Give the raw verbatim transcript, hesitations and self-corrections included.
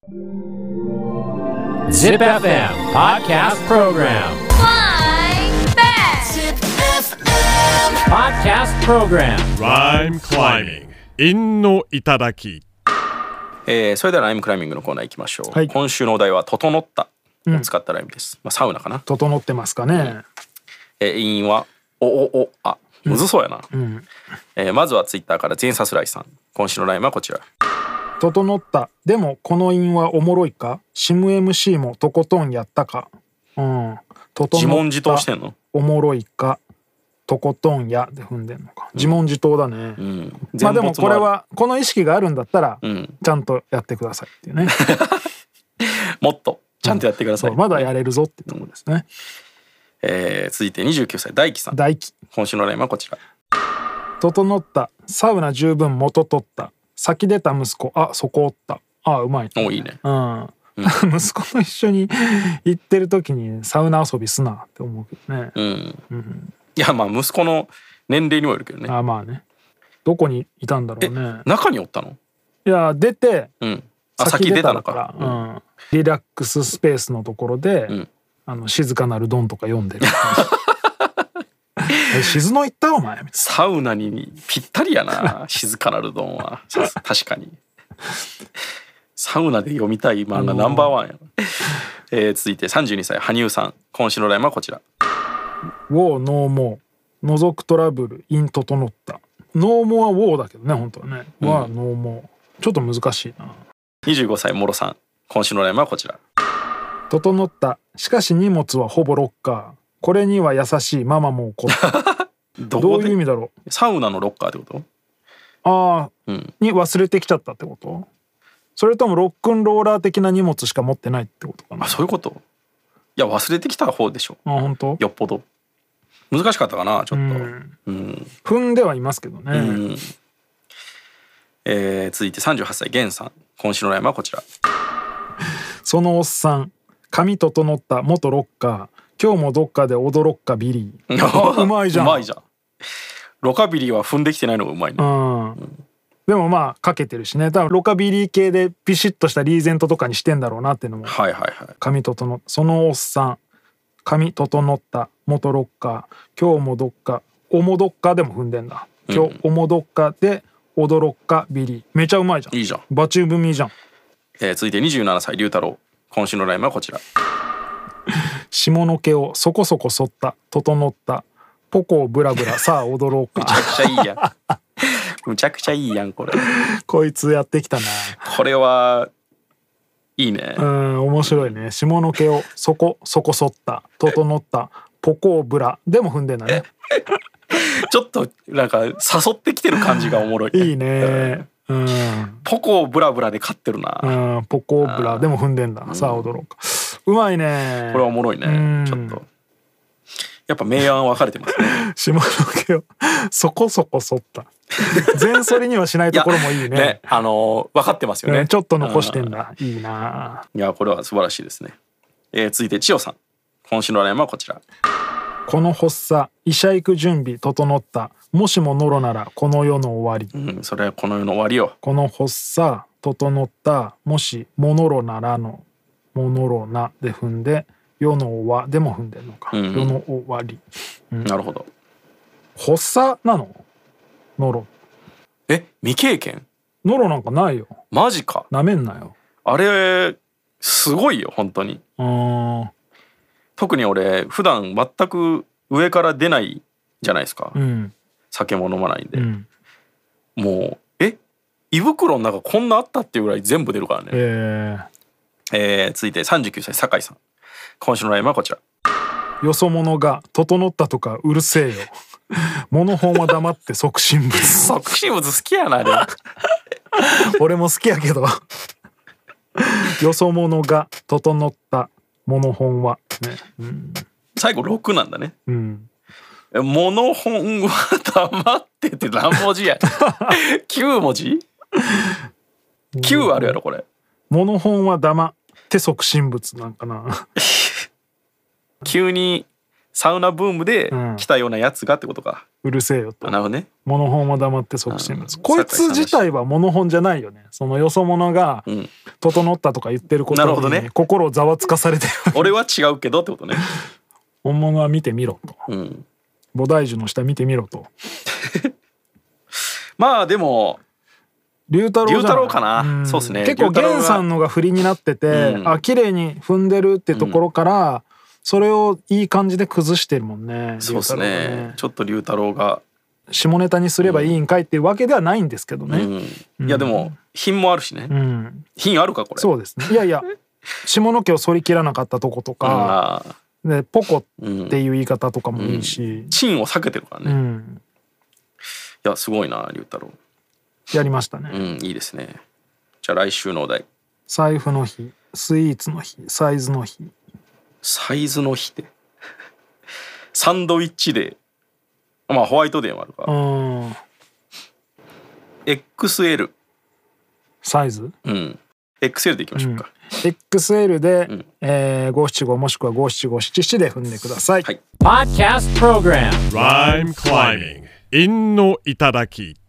Zip エフエム Podcast Program Flying Back Podcast Program Rhyme climbing 陰の頂き。 えー、それではライムクライミングのコーナー行きましょう、 はい今週のお題は整ったを使ったライムです、まあ、サウナかな。 整ってますかね。 えー、韻はおおおあむずそうやな、 うんえー、まずはツイッターからジェンサスライさん、今週のライムはこちら。 整った。でもこの韻はおもろいか。シム エムシー もとことんやったか。うん。整った自問自答してんの。 おもろいか。とことんやで踏んでんのか。自問自答だね。 うん、 まあでもこれはこの意識があるんだったら、 うん、 ちゃんとやってくださいっていうね。 もっとちゃんとやってください、 うん、まだやれるぞってところですね。うん、 えー、続いてにじゅうきゅうさい大輝さん、 大輝、 今週のライムはこちら。 整った。サウナ十分元取った。先出た息子、あそこおった。あうまい、ね、 おいいね。 うん、うん、息子と一緒に行ってる時にサウナ遊びすなって思うけどね。 うん、うん、いやまあ息子の年齢にもよるけどね。 あまあね。どこにいたんだろうね。 中におったの？ いや出て、 うん、あ先出たのか、 うん、リラックススペースのところで、うん、あの静かなるドンとか読んでる。え静野行ったお前みたいな。 サウナにぴったりやな。静かなるドンは確かにサウナで読みたい漫画ナンバーワンやな。えー、続いてさんじゅうにさい羽生さん、今週のライムはこちら。 ウォーノーモー覗くトラブルイン整った。ノーモアウォーだけどね本当はね、うん、はノーモーちょっと難しいな。 にじゅうごさいモロさん、今週のライムはこちら。 整った。しかし荷物はほぼロッカー。これには優しいママも怒ったど, どういう意味だろう。 サウナのロッカーってこと？ ああ、うん、に忘れてきちゃったってこと？それともロックンローラー的な荷物しか持ってないってことかな。 あそういうこと。いや忘れてきた方でしょ。 あ本当？ よっぽど難しかったかなちょっと、 うんうん、 踏んではいますけどね、 うんえー、続いてさんじゅうはっさいゲンさん、今週のライムはこちら。 そのおっさん髪整った元ロッカー。今日もどっかで驚っかビリー。うまいじゃん。 うまいじゃん。ロカビリーは踏んできてないのがうまいね、 うんうん、でもまあかけてるしね。多分ロカビリー系でピシッとしたリーゼントとかにしてんだろうなっていうのも。 はいはいはい。 髪整ったそのおっさん髪整った元ロッカー。今日もどっかおもどっかでも踏んでんだ。今日おもどっかで驚っかビリー。めちゃうまいじゃん。 いいじゃん。 バチュー組じゃん、 えー、続いてにじゅうななさい龍太郎、今週のライムはこちら。 下の毛をそこそこ剃った整ったポコをブラブラさあ踊ろうか。 むちゃくちゃいいやんむちゃくちゃいいやんこれ。 こいつやってきたな。 これはいいね。 うん面白いね。下の毛をそこそこ剃った整ったポコをブラでも踏んでんだね。 ちょっとなんか誘ってきてる感じがおもろい、ね、 いいね。うん、 ポコをブラブラで勝ってるな。 うんポコブラでも踏んでんだ。さあ踊ろうか。うまいね。 これはおもろいね。ちょっとやっぱ明暗分かれてますね。 下の毛をそこそこ剃った全剃りにはしないところもいい ね, ねあのー、分かってますよね、 ねちょっと残してんだ。いいな。 いやこれは素晴らしいですね。えー、続いて千代さん、今週のラインはこちら。 この発作医者行く準備整った。もしもノロならこの世の終わり、 うん、それはこの世の終わりよ。 この発作整ったもしモノロならのモノロなで踏んで世の終わでも踏んでんのか、うん、世の終わり、 うん、なるほど。 発作なのノロ。 え未経験？ ノロなんかないよ。 マジか。 なめんなよ。 あれすごいよ本当に。 うん特に俺普段全く上から出ないじゃないですか、うん、酒も飲まないんで、うん、もうえ胃袋の中こんなあったっていうぐらい全部出るからね。えーえー、続いてさんじゅうきゅうさい酒井さん、今週のラインはこちら。 よそ者が整ったとかうるせえよ物本は黙って即身仏即身仏好きやなでも俺も好きやけどよそ者が整った物本は、ねうん、 最後ろくなんだね、うん、物本は黙ってって何文字やきゅうもじきゅうあるやろこれ。 物本は黙って即身仏なんかな急にサウナブームで来たようなやつがってことか、 うるせえよと。 なるほどね。 モノホンは黙って即身仏。こいつ自体はモノホンじゃないよね。そのよそ者が整ったとか言ってることに、 なるほどね、 心をざわつかされてる俺は違うけどってことね。 本物は見てみろと、うん、菩提樹の下見てみろとまあでも龍太郎じゃない、 龍太郎かな、うん、そうですね。 結構源さんのが振りになってて、うん、あ綺麗に踏んでるってところから、うん、それをいい感じで崩してるもんね。 そうですね。ちょっと龍太郎が下ネタにすればいいんかいっていうわけではないんですけどね、うんうん、いやでも品もあるしね、うん、品あるかこれ。 そうですね。いやいや下の毛を反り切らなかったとことか、うん、でポコっていう言い方とかもいいし、うん、 チンを避けてるからね、うん、いやすごいな龍太郎。 やりましたね。 うん、いいですね。じゃあ来週のお題。 財布の日、スイーツの日、サイズの日。 サイズの日ってサンドイッチデー、まあホワイトデーもあるから。うん。エックスエルサイズ？ うん。エックスエル でいきましょうか。 うん、エックスエル で、うん、えー、ごひゃくななじゅうごもしくはごひゃくななじゅうななで踏んでください。はい。 Podcast Program Rhyme Climbing 陰の頂き。